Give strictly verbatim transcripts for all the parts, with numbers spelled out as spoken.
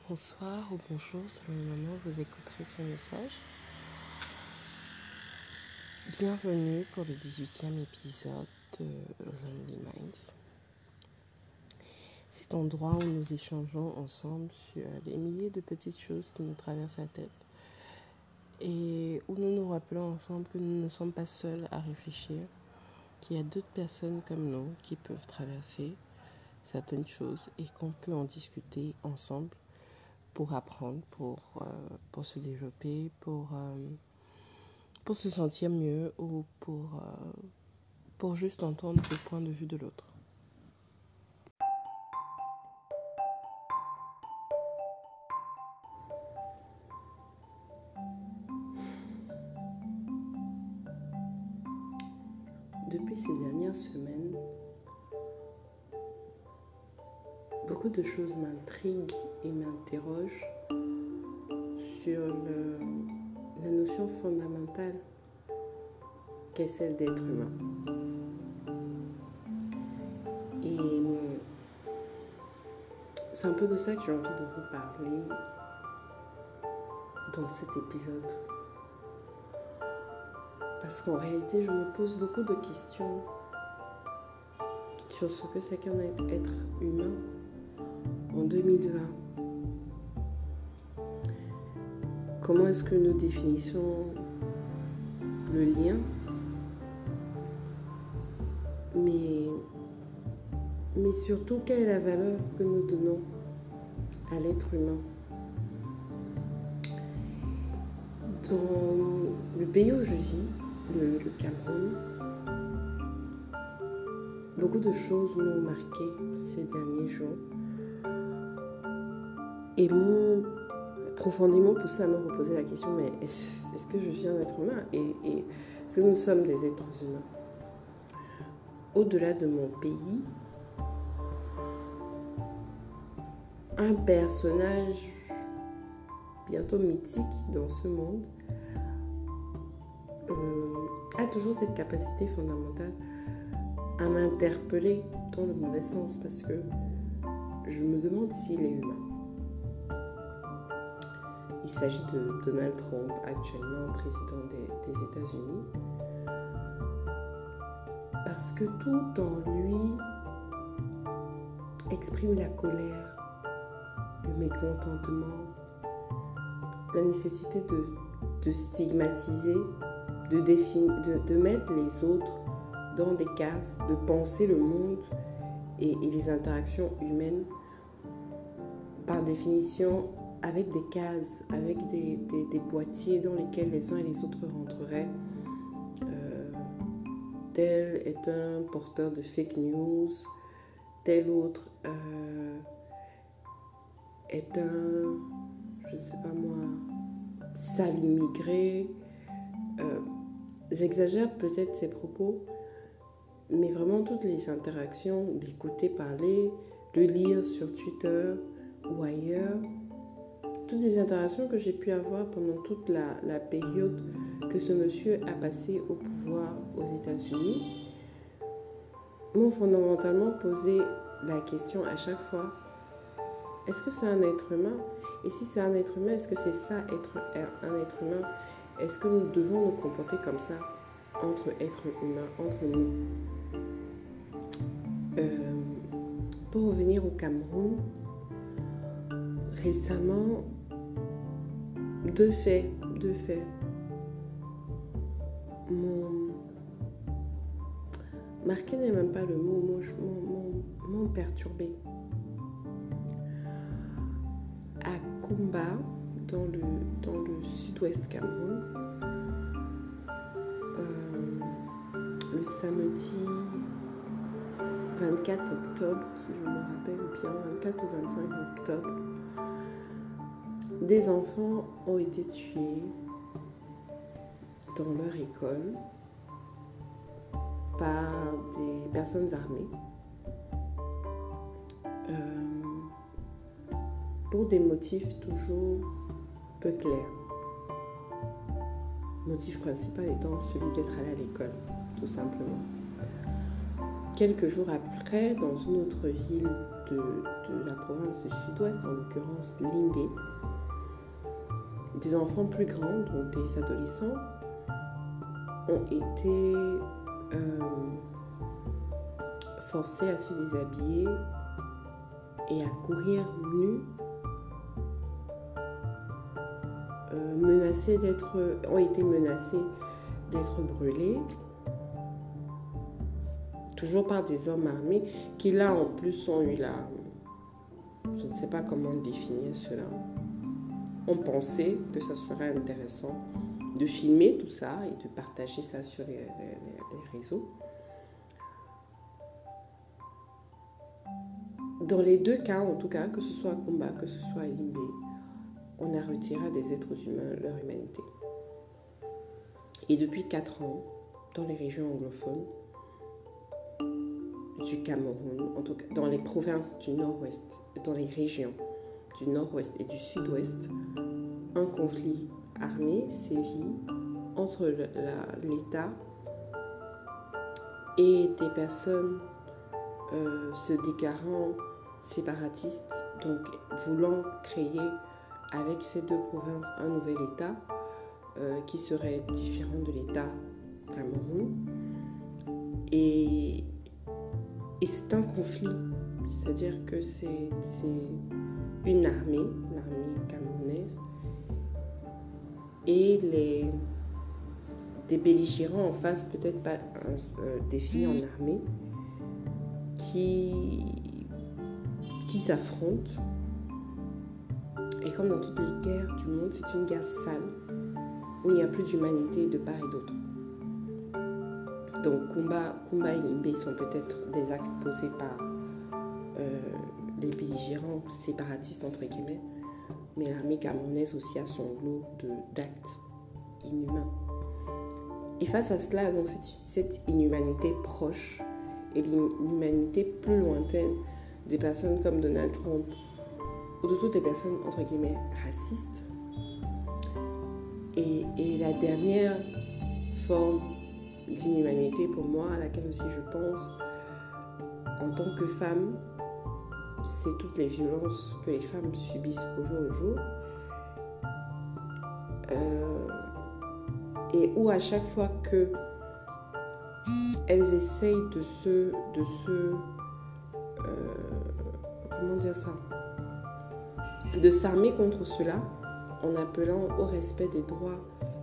Bonsoir ou bonjour selon le moment où vous écouterez ce message. Bienvenue pour le dix-huitième épisode de Lonely Minds. Cet endroit où nous échangeons ensemble sur les milliers de petites choses qui nous traversent la tête et où nous nous rappelons ensemble que nous ne sommes pas seuls à réfléchir, qu'il y a d'autres personnes comme nous qui peuvent traverser certaines choses et qu'on peut en discuter ensemble pour apprendre, pour, euh, pour se développer, pour, euh, pour se sentir mieux ou pour, euh, pour juste entendre le point de vue de l'autre. Depuis ces dernières semaines, beaucoup de choses m'intriguent et m'interrogent sur le, la notion fondamentale qu'est celle d'être humain. Et c'est un peu de ça que j'ai envie de vous parler dans cet épisode. Parce qu'en réalité, je me pose beaucoup de questions sur ce que c'est qu'un être humain en deux mille vingt. Comment est-ce que nous définissons le lien, mais, mais surtout quelle est la valeur que nous donnons à l'être humain. Dans le pays où je vis, le, le Cameroun, beaucoup de choses m'ont marqué ces derniers jours et m'ont profondément poussé à me reposer la question, mais est-ce, est-ce que je suis un être humain et, et est-ce que nous sommes des êtres humains? Au-delà de mon pays, un personnage bientôt mythique dans ce monde euh, a toujours cette capacité fondamentale à m'interpeller dans le mauvais sens parce que je me demande s'il est humain. Il s'agit de Donald Trump, actuellement président des, des États-Unis, parce que tout en lui exprime la colère, le mécontentement, la nécessité de, de stigmatiser, de, définir, de, de mettre les autres dans des cases, de penser le monde et, et les interactions humaines par définition avec des cases, avec des, des, des boîtiers dans lesquels les uns et les autres rentreraient. Euh, tel est un porteur de fake news, tel autre euh, est un, je ne sais pas moi, sale immigré. Euh, j'exagère peut-être ces propos, mais vraiment toutes les interactions, d'écouter parler, de lire sur Twitter ou ailleurs, toutes les interactions que j'ai pu avoir pendant toute la, la période que ce monsieur a passé au pouvoir aux États-Unis m'ont fondamentalement posé la question à chaque fois, est-ce que c'est un être humain? Et si c'est un être humain, est-ce que c'est ça être un être humain? Est-ce que nous devons nous comporter comme ça entre êtres humains, entre nous? euh, Pour revenir au Cameroun, récemment, deux faits, deux faits m'ont marqué, n'est même pas le mot, m'ont, m'ont, m'ont perturbé. À Kumba, dans le, dans le sud-ouest Cameroun, euh, le samedi vingt-quatre octobre, si je me rappelle bien, vingt-quatre ou vingt-cinq octobre, des enfants ont été tués dans leur école par des personnes armées euh, pour des motifs toujours peu clairs. Le motif principal étant celui d'être allé à l'école, tout simplement. Quelques jours après, dans une autre ville de, de la province du sud-ouest, en l'occurrence Limbé, des enfants plus grands, donc des adolescents, ont été euh, forcés à se déshabiller et à courir nus, euh, menacés d'être, ont été menacés d'être brûlés, toujours par des hommes armés, qui là en plus ont eu la... Je ne sais pas comment définir cela. On pensait que ça serait intéressant de filmer tout ça et de partager ça sur les, les, les réseaux. Dans les deux cas, en tout cas, que ce soit à Kumba, que ce soit à Limbé, on a retiré des êtres humains leur humanité. Et depuis quatre ans, dans les régions anglophones du Cameroun, en tout cas dans les provinces du nord-ouest, dans les régions du nord-ouest et du sud-ouest, un conflit armé sévit entre le, la, l'État et des personnes euh, se déclarant séparatistes, donc voulant créer avec ces deux provinces un nouvel État euh, qui serait différent de l'État Cameroun. Et, et c'est un conflit, c'est-à-dire que c'est, c'est une armée, l'armée camerounaise, et les, des belligérants en face, peut-être pas euh, définis en armée, qui, qui s'affrontent. Et comme dans toutes les guerres du monde, c'est une guerre sale, où il n'y a plus d'humanité de part et d'autre. Donc Kumba, Kumba et Limbé sont peut-être des actes posés par euh, les belligérants séparatistes, entre guillemets, mais l'armée camerounaise aussi a son lot de, d'actes inhumains. Et face à cela, donc cette, cette inhumanité proche et l'inhumanité plus lointaine des personnes comme Donald Trump ou de toutes les personnes, entre guillemets, racistes, et, et la dernière forme d'inhumanité pour moi, à laquelle aussi je pense en tant que femme, c'est toutes les violences que les femmes subissent au jour le jour. Euh, et où à chaque fois que elles essayent de se... De se euh, comment dire ça de s'armer contre cela en appelant au respect des droits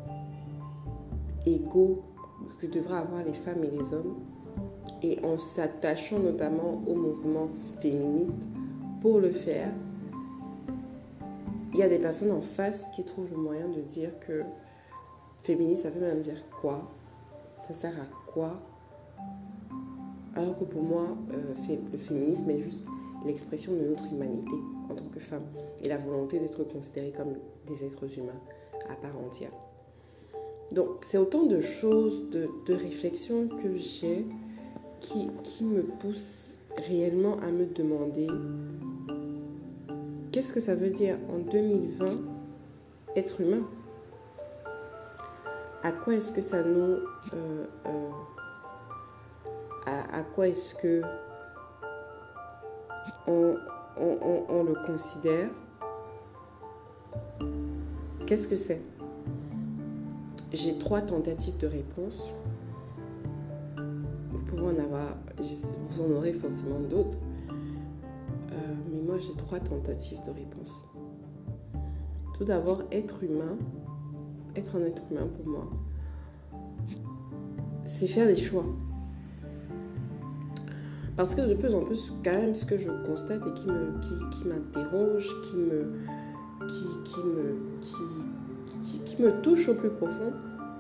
égaux que devraient avoir les femmes et les hommes, et en s'attachant notamment au mouvement féministe pour le faire. Il y a des personnes en face qui trouvent le moyen de dire que féministe, ça veut même dire quoi? Ça sert à quoi? Alors que pour moi, euh, le féminisme est juste l'expression de notre humanité en tant que femme et la volonté d'être considérée comme des êtres humains à part entière. Donc, c'est autant de choses, de, de réflexions que j'ai qui, qui me poussent réellement à me demander qu'est-ce que ça veut dire en deux mille vingt être humain? À quoi est-ce que ça nous... Euh, euh, à, à quoi est-ce que on, on, on, on le considère? Qu'est-ce que c'est? J'ai trois tentatives de réponse. Vous pouvez en avoir, vous en aurez forcément d'autres. Euh, mais moi, j'ai trois tentatives de réponse. Tout d'abord, être humain, être un être humain pour moi, c'est faire des choix. Parce que de plus en plus, quand même, ce que je constate et qui, me, qui, qui m'interroge, qui me, qui, qui, me, qui, qui, qui me touche au plus profond,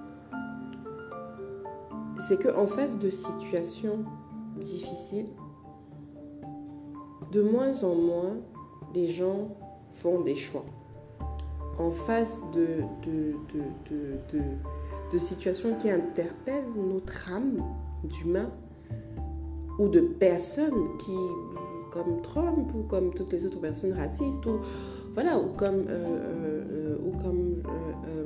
c'est qu'en face de situations difficiles, de moins en moins, les gens font des choix. En face de, de, de, de, de, de situations qui interpellent notre âme d'humain, ou de personnes qui, comme Trump, ou comme toutes les autres personnes racistes, ou, voilà, ou comme, euh, euh, ou comme euh, euh,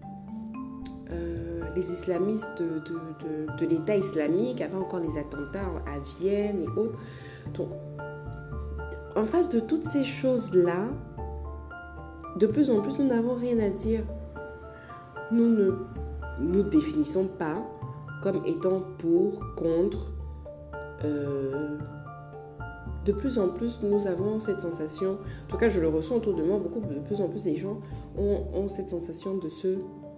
euh, les islamistes de, de, de, de l'État islamique, avant encore les attentats à Vienne et autres. Donc, en face de toutes ces choses-là, de plus en plus, nous n'avons rien à dire. Nous ne nous définissons pas comme étant pour, contre. Euh, de plus en plus, nous avons cette sensation, en tout cas je le ressens autour de moi, beaucoup de plus en plus les gens ont, ont cette sensation de se,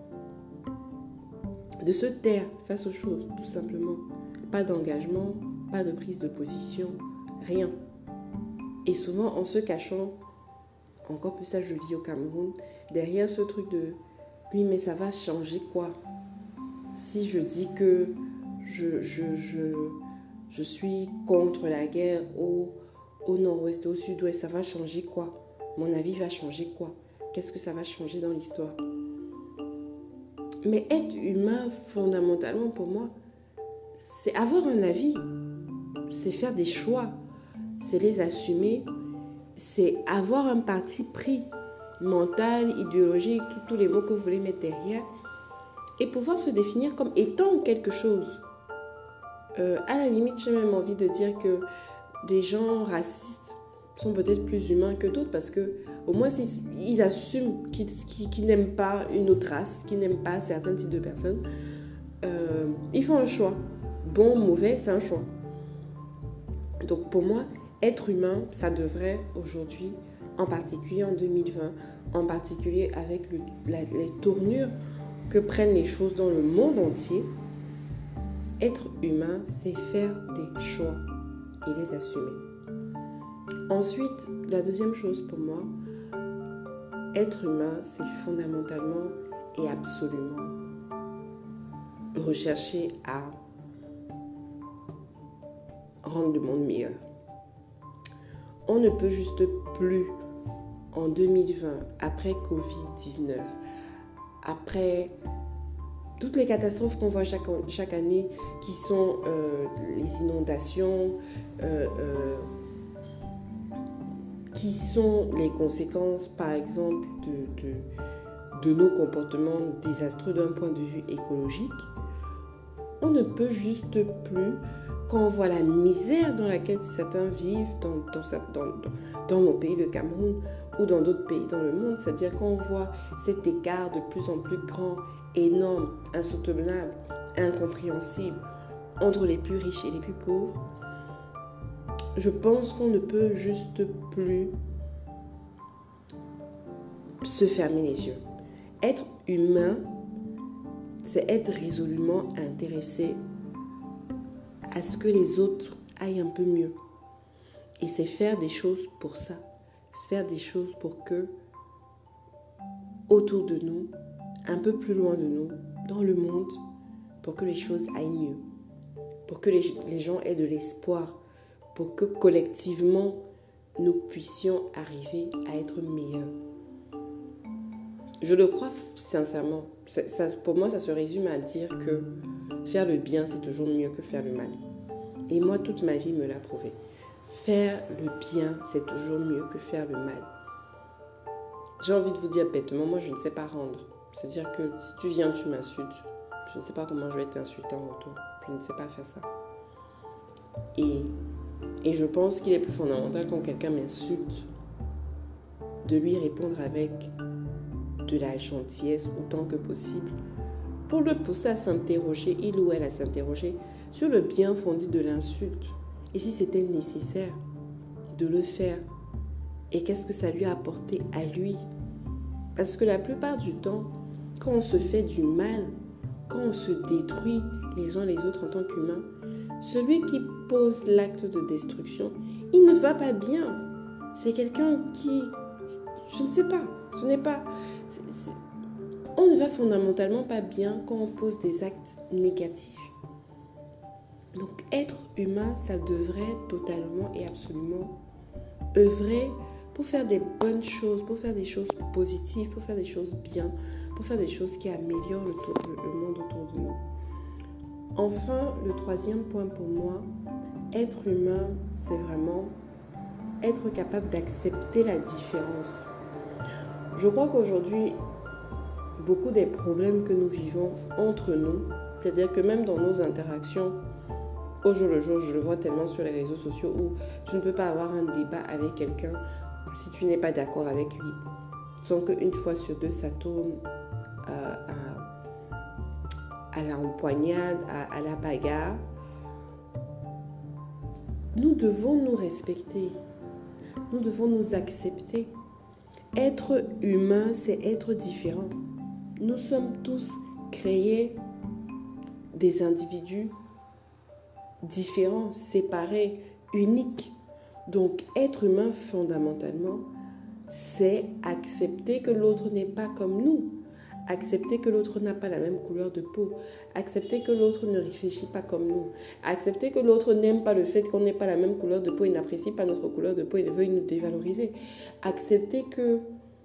de se taire face aux choses, tout simplement. Pas d'engagement, pas de prise de position, rien. Et souvent en se cachant, encore plus ça je le vis au Cameroun, derrière ce truc de oui mais ça va changer quoi? Si je dis que je, je, je, je suis contre la guerre au, au nord-ouest et au sud-ouest, ça va changer quoi? Mon avis va changer quoi? Qu'est-ce que ça va changer dans l'histoire? Mais être humain, fondamentalement pour moi, c'est avoir un avis, c'est faire des choix, c'est les assumer, c'est avoir un parti pris, mental, idéologique, tous les mots que vous voulez mettre derrière, et pouvoir se définir comme étant quelque chose. Euh, à la limite, j'ai même envie de dire que des gens racistes sont peut-être plus humains que d'autres parce que au moins ils, ils assument qu'ils, qu'ils, qu'ils n'aiment pas une autre race, qu'ils n'aiment pas certains types de personnes. Euh, ils font un choix. Bon, mauvais, c'est un choix. Donc pour moi, être humain, ça devrait aujourd'hui, en particulier en deux mille vingt, en particulier avec le, la, les tournures que prennent les choses dans le monde entier, être humain, c'est faire des choix et les assumer. Ensuite, la deuxième chose pour moi, être humain, c'est fondamentalement et absolument rechercher à rendre le monde meilleur. On ne peut juste plus, en deux mille vingt, après covid dix-neuf, après toutes les catastrophes qu'on voit chaque, chaque année, qui sont euh, les inondations, euh, euh, qui sont les conséquences, par exemple, de, de, de nos comportements désastreux d'un point de vue écologique, on ne peut juste plus, quand on voit la misère dans laquelle certains vivent dans, dans, dans, dans, dans mon pays, le Cameroun, ou dans d'autres pays dans le monde, c'est-à-dire quand on voit cet écart de plus en plus grand, énorme, insoutenable, incompréhensible entre les plus riches et les plus pauvres, je pense qu'on ne peut juste plus se fermer les yeux. Être humain, c'est être résolument intéressé à ce que les autres aillent un peu mieux. Et c'est faire des choses pour ça. Faire des choses pour que, autour de nous, un peu plus loin de nous, dans le monde, pour que les choses aillent mieux. Pour que les, les gens aient de l'espoir. Pour que collectivement, nous puissions arriver à être meilleurs. Je le crois sincèrement. Ça, ça, pour moi, ça se résume à dire que faire le bien, c'est toujours mieux que faire le mal. Et moi, toute ma vie me l'a prouvé. Faire le bien, c'est toujours mieux que faire le mal. J'ai envie de vous dire bêtement, moi, je ne sais pas rendre. C'est-à-dire que si tu viens, tu m'insultes. Je ne sais pas comment je vais t'insulter en retour. Je ne sais pas faire ça. Et, et je pense qu'il est plus fondamental quand quelqu'un m'insulte de lui répondre avec de la gentillesse autant que possible pour le pousser à s'interroger, il ou elle à s'interroger sur le bien fondé de l'insulte. Et si c'était nécessaire de le faire. Et qu'est-ce que ça lui a apporté à lui? Parce que la plupart du temps, quand on se fait du mal, quand on se détruit les uns les autres en tant qu'humains, celui qui pose l'acte de destruction, il ne va pas bien. C'est quelqu'un qui... Je ne sais pas. Ce n'est pas... c'est, c'est, on ne va fondamentalement pas bien quand on pose des actes négatifs. Donc être humain, ça devrait totalement et absolument œuvrer pour faire des bonnes choses, pour faire des choses positives, pour faire des choses bien, pour faire des choses qui améliorent le, tour, le monde autour de nous. Enfin, le troisième point pour moi, être humain, c'est vraiment être capable d'accepter la différence. Je crois qu'aujourd'hui, beaucoup des problèmes que nous vivons entre nous, c'est-à-dire que même dans nos interactions au jour le jour, je le vois tellement sur les réseaux sociaux où tu ne peux pas avoir un débat avec quelqu'un si tu n'es pas d'accord avec lui. Sans qu'une fois sur deux, ça tourne euh, à, à la empoignade, à, à la bagarre. Nous devons nous respecter. Nous devons nous accepter. Être humain, c'est être différent. Nous sommes tous créés des individus différents, séparés, uniques. Donc, être humain, fondamentalement, c'est accepter que l'autre n'est pas comme nous. Accepter que l'autre n'a pas la même couleur de peau. Accepter que l'autre ne réfléchit pas comme nous. Accepter que l'autre n'aime pas le fait qu'on n'ait pas la même couleur de peau et n'apprécie pas notre couleur de peau et veuille nous dévaloriser. Accepter que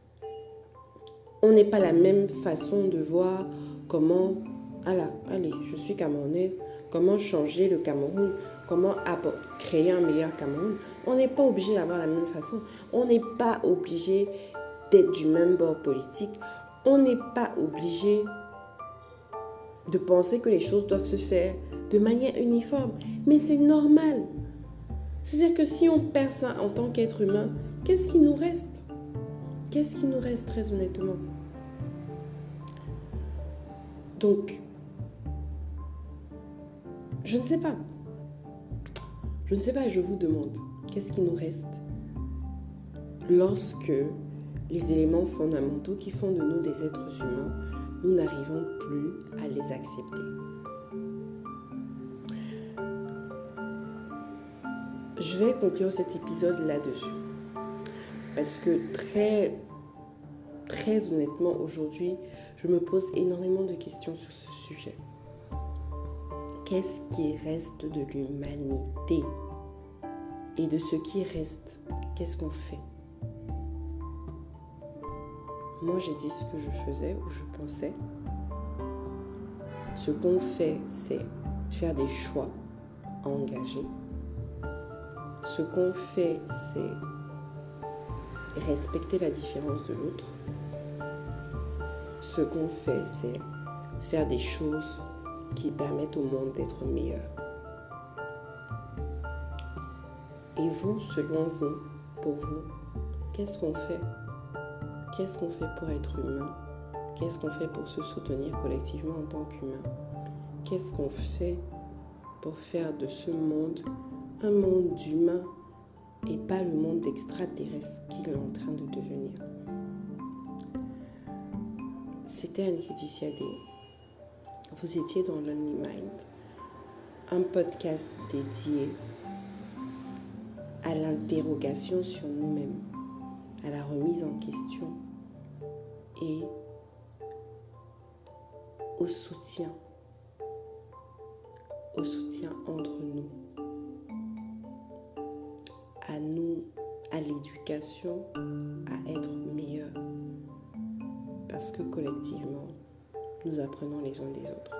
on n'ait pas la même façon de voir comment, voilà, allez, je suis camerounaise, comment changer le Cameroun, comment créer un meilleur Cameroun. On n'est pas obligé d'avoir la même façon. On n'est pas obligé d'être du même bord politique. On n'est pas obligé de penser que les choses doivent se faire de manière uniforme. Mais c'est normal. C'est-à-dire que si on perd ça en tant qu'être humain, qu'est-ce qui nous reste? Qu'est-ce qui nous reste très honnêtement? Donc, je ne sais pas. Je ne sais pas et je vous demande, qu'est-ce qui nous reste lorsque les éléments fondamentaux qui font de nous des êtres humains, nous n'arrivons plus à les accepter? Je vais conclure cet épisode là-dessus. Parce que très, très honnêtement, aujourd'hui, je me pose énormément de questions sur ce sujet. Qu'est-ce qui reste de l'humanité? Et de ce qui reste, qu'est-ce qu'on fait? Moi, j'ai dit ce que je faisais ou je pensais. Ce qu'on fait, c'est faire des choix engagés. Ce qu'on fait, c'est respecter la différence de l'autre. Ce qu'on fait, c'est faire des choses qui permettent au monde d'être meilleur. Et vous, selon vous, pour vous, qu'est-ce qu'on fait? Qu'est-ce qu'on fait pour être humain? Qu'est-ce qu'on fait pour se soutenir collectivement en tant qu'humain? Qu'est-ce qu'on fait pour faire de ce monde un monde d'humains et pas le monde extraterrestre qu'il est en train de devenir? C'était Anne-Laetitia Siadé. Vous étiez dans Lonely Mind, un podcast dédié à l'interrogation sur nous-mêmes, à la remise en question et au soutien, au soutien entre nous, à nous, à l'éducation, à être meilleurs, parce que collectivement, nous apprenons les uns des autres.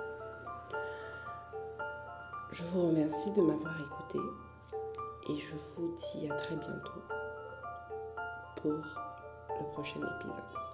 Je vous remercie de m'avoir écouté et je vous dis à très bientôt pour le prochain épisode.